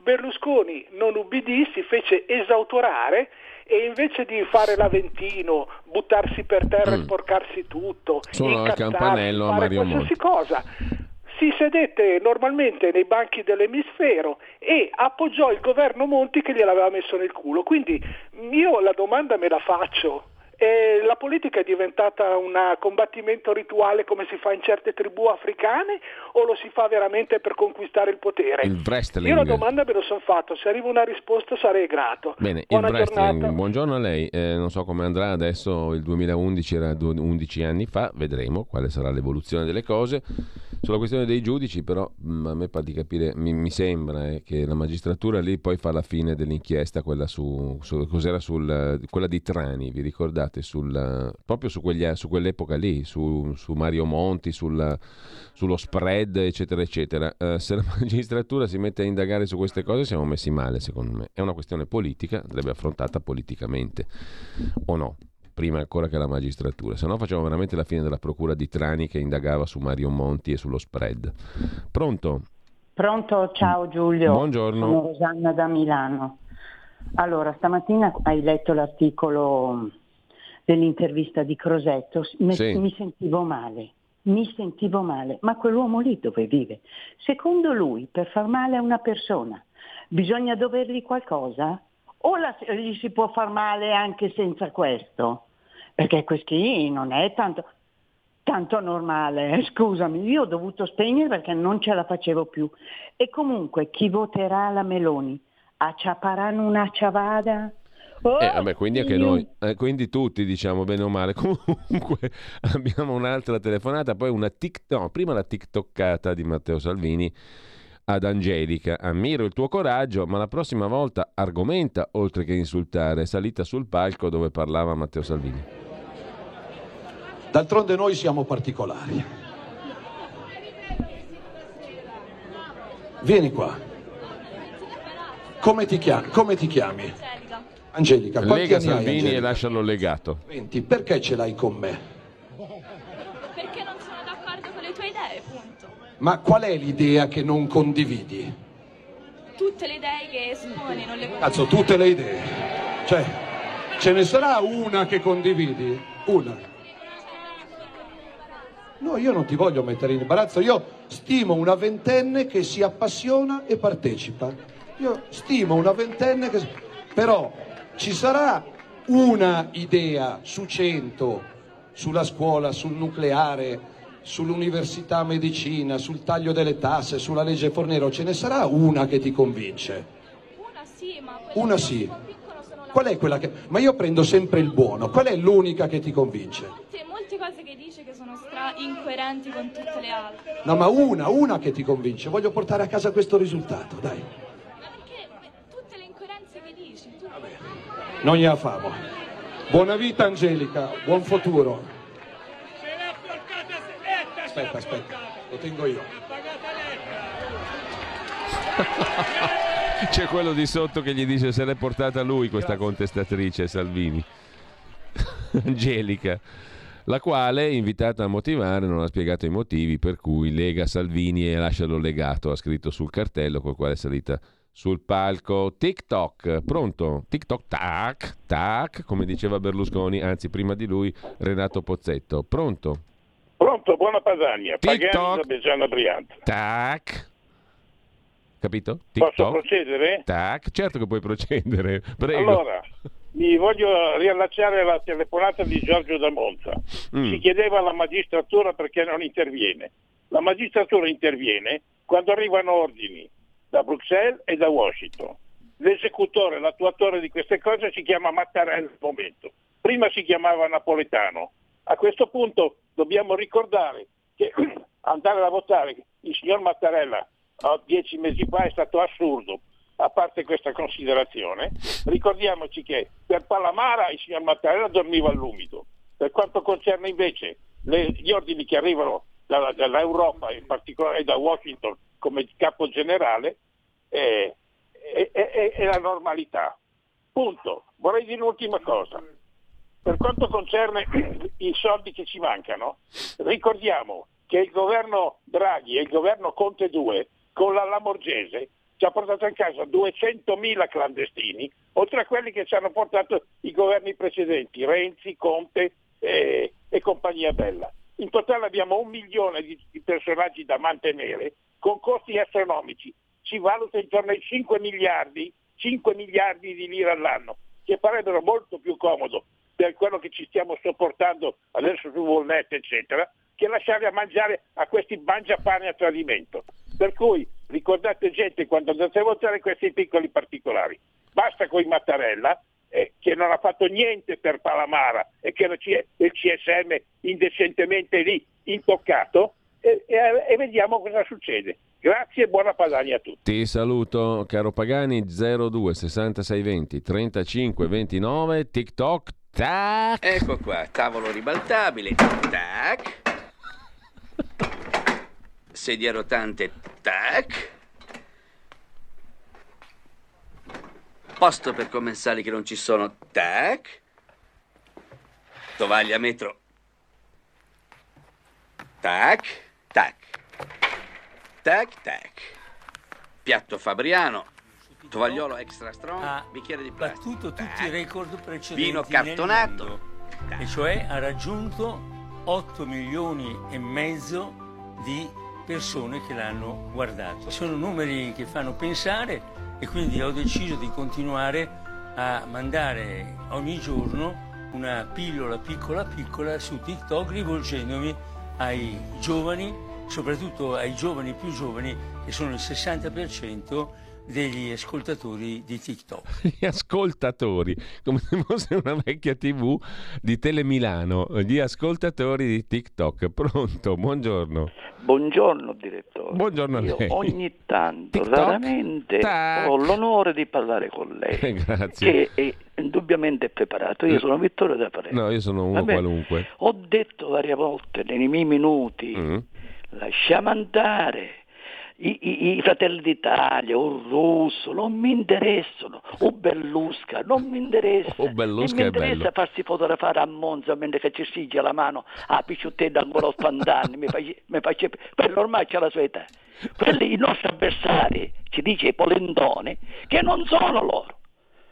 non ubbidì, si fece esautorare e invece di fare l'Aventino, buttarsi per terra e sporcarsi tutto, solo al campanello a Mario Monti, cosa, si sedette normalmente nei banchi dell'emisfero e appoggiò il governo Monti che gliel'aveva messo nel culo. Quindi io la domanda me la faccio: la politica è diventata un combattimento rituale come si fa in certe tribù africane o lo si fa veramente per conquistare il potere? Il wrestling. Io la domanda me lo sono fatto, se arriva una risposta sarei grato. Bene, buona il wrestling. giornata. Buongiorno a lei, non so come andrà adesso, il 2011 era 11 anni fa, vedremo quale sarà l'evoluzione delle cose. Sulla questione dei giudici però a me pare di capire, mi sembra che la magistratura lì poi fa la fine dell'inchiesta, quella cos'era quella di Trani, vi ricordate? Proprio su quell'epoca lì, su Mario Monti, sullo spread, eccetera eccetera. Se la magistratura si mette a indagare su queste cose siamo messi male, secondo me. È una questione politica, andrebbe affrontata politicamente o no, prima ancora che la magistratura, se no facciamo veramente la fine della procura di Trani che indagava su Mario Monti e sullo spread. Pronto? Pronto, ciao Giulio. Buongiorno. Sono Rosanna da Milano. Allora, stamattina hai letto l'articolo dell'intervista di Crosetto, mi sentivo male, ma quell'uomo lì dove vive? Secondo lui, per far male a una persona bisogna dovergli qualcosa? O gli si può far male anche senza questo? Perché questo non è tanto normale, scusami, io ho dovuto spegnere perché non ce la facevo più. E comunque chi voterà la Meloni? Acciaparanno una ciavada? Quindi anche noi, quindi tutti, diciamo, bene o male. Comunque abbiamo un'altra telefonata, poi prima la tiktokkata di Matteo Salvini ad Angelica. Ammiro il tuo coraggio, ma la prossima volta argomenta oltre che insultare. Salita sul palco dove parlava Matteo Salvini. D'altronde noi siamo particolari. Vieni qua. Come ti chiami? Angelica, quanti Lega anni hai, Salvini Angelica? E lascialo legato. 20. Perché ce l'hai con me? Perché non sono d'accordo con le tue idee, punto. Ma qual è l'idea che non condividi? Tutte le idee che esponi non le condivido. Cazzo, tutte le idee. Cioè, ce ne sarà una che condividi? Una. No, io non ti voglio mettere in imbarazzo, io stimo una ventenne che si appassiona e partecipa. Io stimo una ventenne che... Però ci sarà una idea su 100 sulla scuola, sul nucleare, sull'università medicina, sul taglio delle tasse, sulla legge Fornero, ce ne sarà una che ti convince? Una sì, ma Una sì. Qual è quella che... Ma io prendo sempre il buono, qual è l'unica che ti convince? molte cose che dice che sono incoerenti con tutte le altre. No, ma una che ti convince, voglio portare a casa questo risultato, dai. Ma perché tutte le incoerenze che dici? Non gliela famo. Buona vita Angelica, buon futuro. Aspetta, lo tengo io. C'è quello di sotto che gli dice se l'è portata lui questa contestatrice Salvini. Angelica, la quale, invitata a motivare, non ha spiegato i motivi per cui lega Salvini e lascialo legato, ha scritto sul cartello col quale è salita sul palco. TikTok, pronto? TikTok, tac, tac, come diceva Berlusconi, anzi prima di lui Renato Pozzetto. Pronto? Pronto, buona Padania, TikTok. Pagani da Beggiano Brianza. Tac. Capito? TikTok. Posso procedere? Tac, certo che puoi procedere, prego. Allora, mi voglio riallacciare alla telefonata di Giorgio da Monza. Si chiedeva alla magistratura perché non interviene. La magistratura interviene quando arrivano ordini da Bruxelles e da Washington. L'esecutore, l'attuatore di queste cose si chiama Mattarella al momento. Prima si chiamava Napoletano. A questo punto dobbiamo ricordare che andare a votare il signor Mattarella 10 mesi fa è stato assurdo. A parte questa considerazione, ricordiamoci che per Palamara il signor Mattarella dormiva all'umido. Per quanto concerne invece gli ordini che arrivano dall'Europa, in particolare da Washington come capo generale, è la normalità. Punto. Vorrei dire un'ultima cosa. Per quanto concerne i soldi che ci mancano, ricordiamo che il governo Draghi e il governo Conte 2 con la Lamorgese ci ha portato a casa 200.000 clandestini, oltre a quelli che ci hanno portato i governi precedenti, Renzi, Conte e compagnia bella. In totale abbiamo 1 milione di personaggi da mantenere con costi astronomici. Si valuta intorno ai 5 miliardi di lire all'anno, che farebbero molto più comodo per quello che ci stiamo sopportando adesso su bollette eccetera, che lasciare a mangiare a questi mangiapane a tradimento. Per cui ricordate gente quando andate a votare questi piccoli particolari. Basta con i Mattarella che non ha fatto niente per Palamara e che il CSM indecentemente lì intoccato e vediamo cosa succede. Grazie e buona Padania a tutti. Ti saluto caro Pagani. 02 66 20 35 29 TikTok. Tac. Ecco qua, tavolo ribaltabile, tac. Sedia rotante, tac. Posto per commensali che non ci sono, tac. Tovaglia metro, tac, tac. Tac, tac. Piatto Fabriano, tovagliolo extra strong, bicchiere di plastica. Ha battuto tutti i record precedenti. Vino cartonato. E cioè ha raggiunto 8 milioni e mezzo di persone che l'hanno guardato. Sono numeri che fanno pensare e quindi ho deciso di continuare a mandare ogni giorno una pillola piccola piccola su TikTok rivolgendomi ai giovani, soprattutto ai giovani più giovani che sono il 60% degli ascoltatori di TikTok. Gli ascoltatori, come se fosse una vecchia TV di Telemilano, gli ascoltatori di TikTok. Pronto, buongiorno. Buongiorno direttore. Buongiorno a lei. Io ogni tanto, TikTok? raramente, ho l'onore di parlare con lei. Grazie. Che è indubbiamente preparato. Io sono Vittorio da Palermo. No, io sono uno qualunque. Ho detto varie volte nei miei minuti, lasciamo andare. I Fratelli d'Italia, o Russo, non mi interessano, o Bellusca, non mi interessa. O Bellusca mi è interessa bello. farsi fotografare a Monza mentre che ci siglia la mano a picciuttetta ancora 80 anni, mi face, quello ormai c'ha la sua età. Quelli i nostri avversari, ci dice i polentoni, che non sono loro.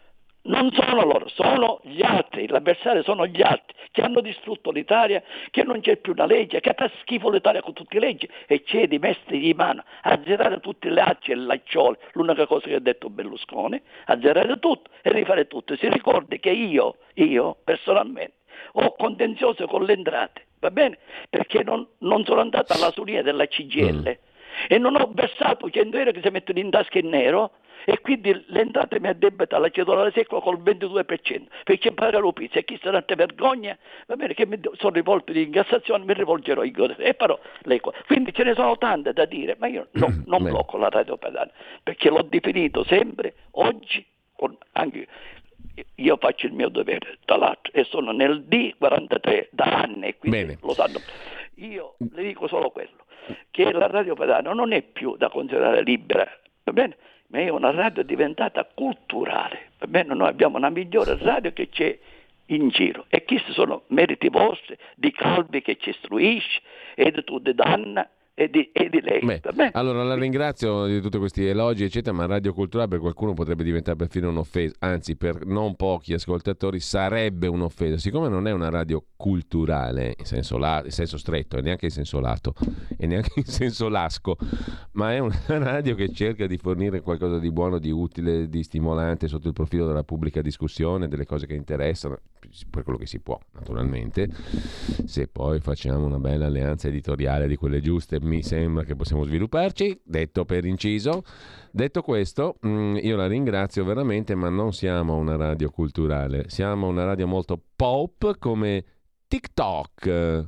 Non sono loro, sono gli altri, l'avversario sono gli altri che hanno distrutto l'Italia, che non c'è più una legge, che fa schifo l'Italia con tutte le leggi e c'è di mestre di mano a zerare tutti le acce e le lacciole, l'unica cosa che ha detto Berlusconi, a zerare tutto e rifare tutto. Si ricordi che io personalmente ho contenzioso con le entrate, va bene? Perché non sono andato alla suria della CGIL e non ho versato 100 euro che si mettono in tasca in nero, e quindi l'entrata mi addebita la cedolare secca col 22%, perché paga lo pizzo e chi se ne vergogna, va bene, che mi sono rivolto in Cassazione, mi rivolgerò in Corte e farò le cose. Quindi ce ne sono tante da dire, ma io non blocco la radio padana, perché l'ho definito sempre oggi, anche io faccio il mio dovere dall'altro e sono nel D43 da anni, quindi lo sanno. Io le dico solo quello, che la radio padana non è più da considerare libera, va bene? Ma è una radio diventata culturale, va bene? Noi abbiamo una migliore radio che c'è in giro e questi sono meriti vostri, di Calvi che ci istruisce e di tu di Danna e di lei. Allora la ringrazio di tutti questi elogi eccetera, ma radio culturale per qualcuno potrebbe diventare perfino un'offesa, anzi per non pochi ascoltatori sarebbe un'offesa, siccome non è una radio culturale in senso stretto e neanche in senso lato e neanche in senso lasco, ma è una radio che cerca di fornire qualcosa di buono, di utile, di stimolante sotto il profilo della pubblica discussione, delle cose che interessano, per quello che si può naturalmente, se poi facciamo una bella alleanza editoriale di quelle giuste mi sembra che possiamo svilupparci, detto per inciso. Detto questo, io la ringrazio veramente, ma non siamo una radio culturale, siamo una radio molto pop come TikTok.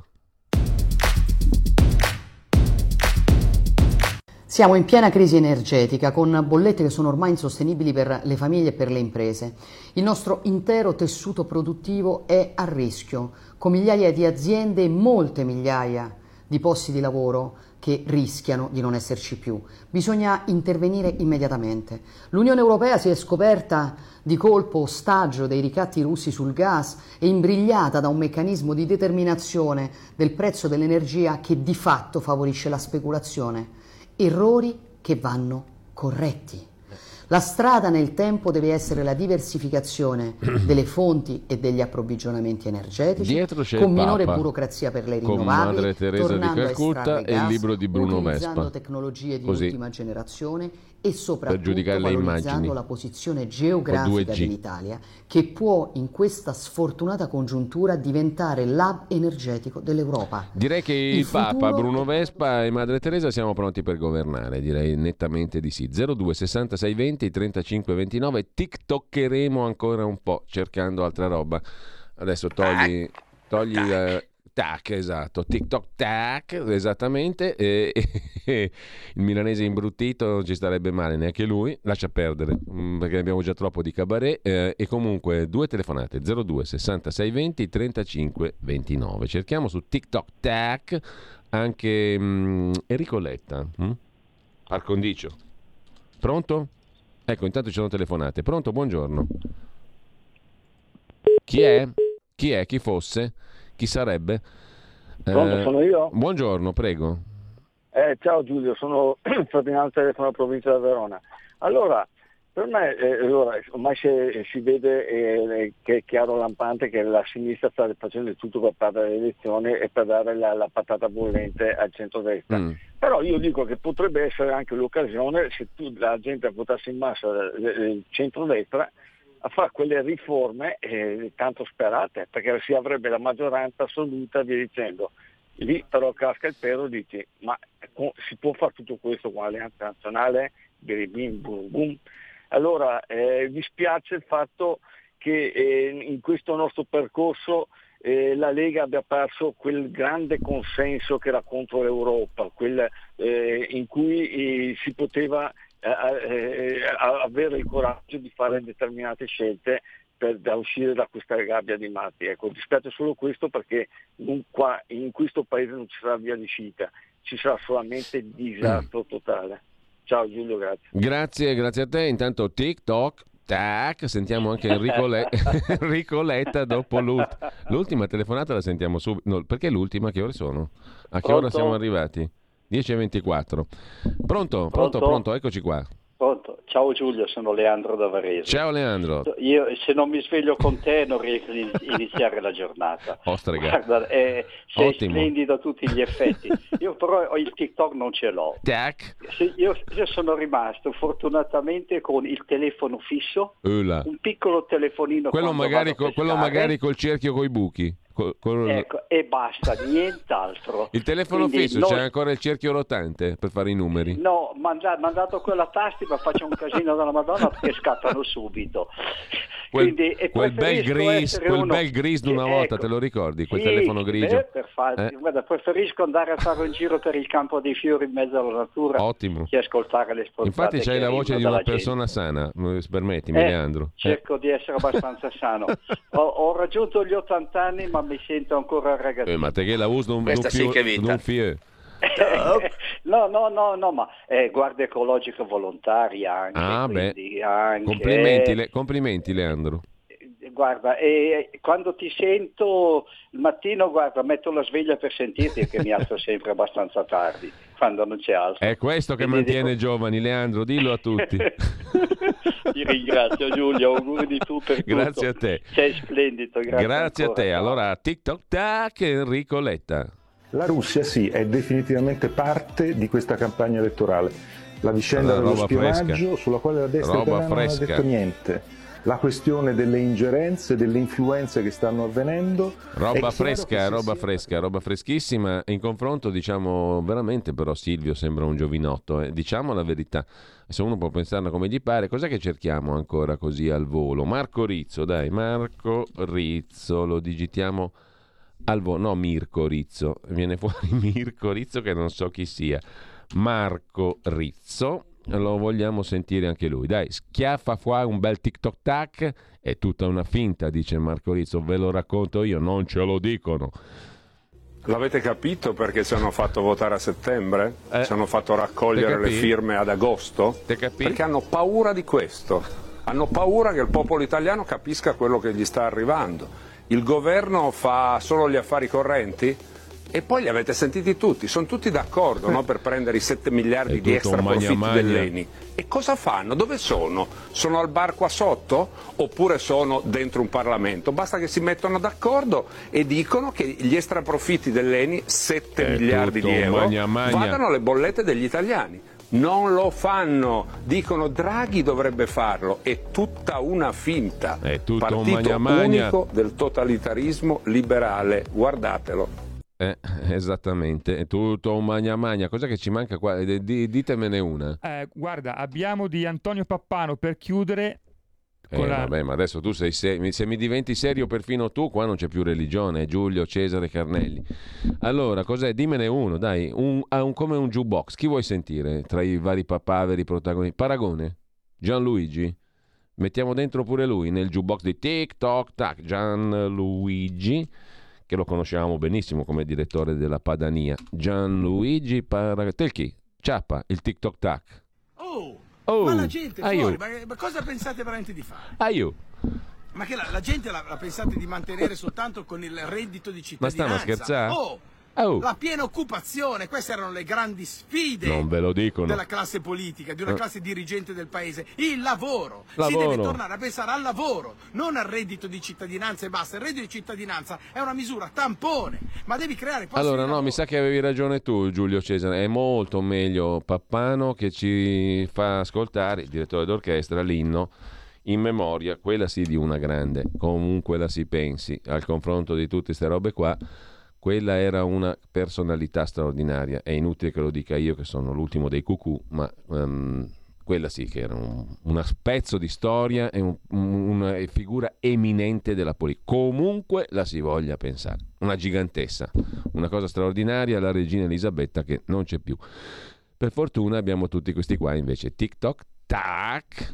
Siamo in piena crisi energetica, con bollette che sono ormai insostenibili per le famiglie e per le imprese. Il nostro intero tessuto produttivo è a rischio, con migliaia di aziende e molte migliaia di posti di lavoro che rischiano di non esserci più. Bisogna intervenire immediatamente. L'Unione Europea si è scoperta di colpo ostaggio dei ricatti russi sul gas e imbrigliata da un meccanismo di determinazione del prezzo dell'energia che di fatto favorisce la speculazione. Errori che vanno corretti. La strada nel tempo deve essere la diversificazione delle fonti e degli approvvigionamenti energetici, con minore burocrazia per le rinnovabili, con Madre Teresa di Calcutta e il libro di Bruno utilizzando Vespa. tecnologie di Così, ultima generazione e soprattutto giudicare le valorizzando immagini. la posizione geografica 2G. dell'Italia, che può in questa sfortunata congiuntura diventare l'hub energetico dell'Europa. Direi che il Papa, Bruno Vespa e Madre Teresa siamo pronti per governare, direi nettamente di sì. 02 66 20 35 29, tiktokcheremo ancora un po' cercando altra roba. Adesso togli tac, esatto, TikTok tac, esattamente, il milanese imbruttito non ci starebbe male neanche lui, lascia perdere, perché abbiamo già troppo di cabaret, e comunque 2 telefonate, 02 66 20 35 29, cerchiamo su TikTok tac anche Enrico Letta, al condicio, pronto? Ecco, intanto ci sono telefonate, pronto, buongiorno, chi è? Chi fosse? Chi sarebbe? Pronto, sono io? Buongiorno, prego. Ciao Giulio, sono Ferdinando, telefono provincia da Verona. Allora, per me ormai si vede che è chiaro lampante che la sinistra sta facendo di tutto per perdere le elezioni e per dare la patata bollente al centrodestra. Però io dico che potrebbe essere anche l'occasione, se la gente votasse in massa il centrodestra, a fare quelle riforme tanto sperate, perché si avrebbe la maggioranza assoluta, via dicendo. Lì però casca il pero, dici, ma si può fare tutto questo con l'Alleanza Nazionale? Bim, bum, bum. Allora mi spiace il fatto che in questo nostro percorso la Lega abbia perso quel grande consenso che era contro l'Europa, quel in cui si poteva avere il coraggio di fare determinate scelte da uscire da questa gabbia di matti. Ecco, dispiace solo questo, perché in questo paese non ci sarà via di uscita, ci sarà solamente disastro totale. Ciao Giulio, grazie. Grazie a te. Intanto TikTok tac, sentiamo anche Enrico Letta dopo l'ultima telefonata, la sentiamo subito. No, perché l'ultima? Che ore sono? A che ora siamo arrivati? 10:24. Pronto, eccoci qua. Pronto. Ciao Giulio, sono Leandro da Varese. Ciao Leandro. Io se non mi sveglio con te non riesco a iniziare la giornata. Guarda, sei splendido a tutti gli effetti. Io però il TikTok non ce l'ho. Io sono rimasto fortunatamente con il telefono fisso, un piccolo telefonino. Quello magari col cerchio coi buchi. Ecco, e basta, nient'altro. Il telefono fisso, c'è ancora il cerchio rotante per fare i numeri? No, mandato quella tasti, ma faccio un casino della Madonna perché scattano subito. Quel bel gris di una volta, te lo ricordi? Quel telefono grigio? Guarda, preferisco andare a fare un giro per il campo dei fiori in mezzo alla natura. Ottimo. Che ascoltare le stronzate. Infatti c'hai la voce di una persona sana, permettimi Leandro. Cerco di essere abbastanza sano. Ho raggiunto gli 80 anni, ma mi sento ancora ragazzino. Ma te che la uso non fie. No, ma guardia ecologica volontaria anche. Anche. Complimenti Leandro. Guarda, quando ti sento il mattino, guarda, metto la sveglia per sentirti, che mi alzo sempre abbastanza tardi, quando non c'è altro. È questo che mantiene giovani, Leandro, dillo a tutti. Ti ringrazio Giulio, auguri di tu per tutto. Grazie a te. Sei splendido, grazie a te. Allora, TikTok tac, Enrico Letta. La Russia sì, è definitivamente parte di questa campagna elettorale. La vicenda dello spionaggio, sulla quale la destra italiana non ha detto niente. La questione delle ingerenze, delle influenze che stanno avvenendo. Roba freschissima. In confronto, diciamo, veramente però Silvio sembra un giovinotto, diciamo la verità. Se uno può pensarla come gli pare, cos'è che cerchiamo ancora così al volo? Marco Rizzo, lo digitiamo al volo. No, Mirko Rizzo, viene fuori Mirko Rizzo che non so chi sia. Marco Rizzo. Lo vogliamo sentire anche lui. Dai, schiaffa fuori un bel TikTok tac. È tutta una finta, dice Marco Rizzo. Ve lo racconto io, non ce lo dicono. L'avete capito perché ci hanno fatto votare a settembre? Ci hanno fatto raccogliere le firme ad agosto? Perché hanno paura di questo. Hanno paura che il popolo italiano capisca quello che gli sta arrivando. Il governo fa solo gli affari correnti? E poi li avete sentiti tutti, sono tutti d'accordo, no? Per prendere i 7 miliardi di extra profitti dell'ENI. E cosa fanno? Dove sono? Sono al bar qua sotto? Oppure sono dentro un Parlamento? Basta che si mettano d'accordo e dicono che gli extra profitti dell'ENI, 7 miliardi di euro, vadano alle bollette degli italiani. Non lo fanno, dicono Draghi dovrebbe farlo, è tutta una finta. È tutto partito un unico del totalitarismo liberale, guardatelo. Esattamente, è tutto un magna. Cos'è che ci manca qua? Ditemene una. Guarda, abbiamo di Antonio Pappano per chiudere. Vabbè, ma adesso tu se mi diventi serio perfino tu, qua non c'è più religione, Giulio Cesare Carnelli. Allora, cos'è? Dimmene uno, dai, come un jukebox. Chi vuoi sentire tra i vari papaveri protagonisti? Paragone? Gianluigi? Mettiamo dentro pure lui nel jukebox di TikTok Tac. Gianluigi, che lo conosciamo benissimo come direttore della Padania. Gianluigi Telchi, Ciappa, il TikTok Tac. Ma la gente fuori, ma cosa pensate veramente di fare? Ma che la gente la pensate di mantenere soltanto con il reddito di cittadinanza? Ma stanno scherzando? La piena occupazione, queste erano le grandi sfide. Non ve lo dicono. Della classe politica, di una classe dirigente del paese. Il lavoro. Si deve tornare a pensare al lavoro, non al reddito di cittadinanza e basta. Il reddito di cittadinanza è una misura tampone, ma devi creare posti di lavoro. Mi sa che avevi ragione tu, Giulio Cesare. È molto meglio Pappano che ci fa ascoltare, il direttore d'orchestra, l'inno in memoria, quella sì di una grande. Comunque la si pensi, al confronto di tutte queste robe qua. Quella era una personalità straordinaria, è inutile che lo dica io che sono l'ultimo dei cucù, ma quella sì che era un pezzo di storia e una figura eminente della politica. Comunque la si voglia pensare, una gigantessa, una cosa straordinaria, la regina Elisabetta che non c'è più. Per fortuna abbiamo tutti questi qua invece. TikTok, tac.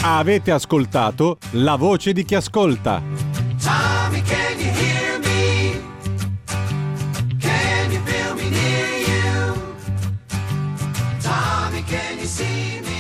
Avete ascoltato La voce di chi ascolta. Tommy, can you hear me? Can you feel me near you? Tommy, can you see me?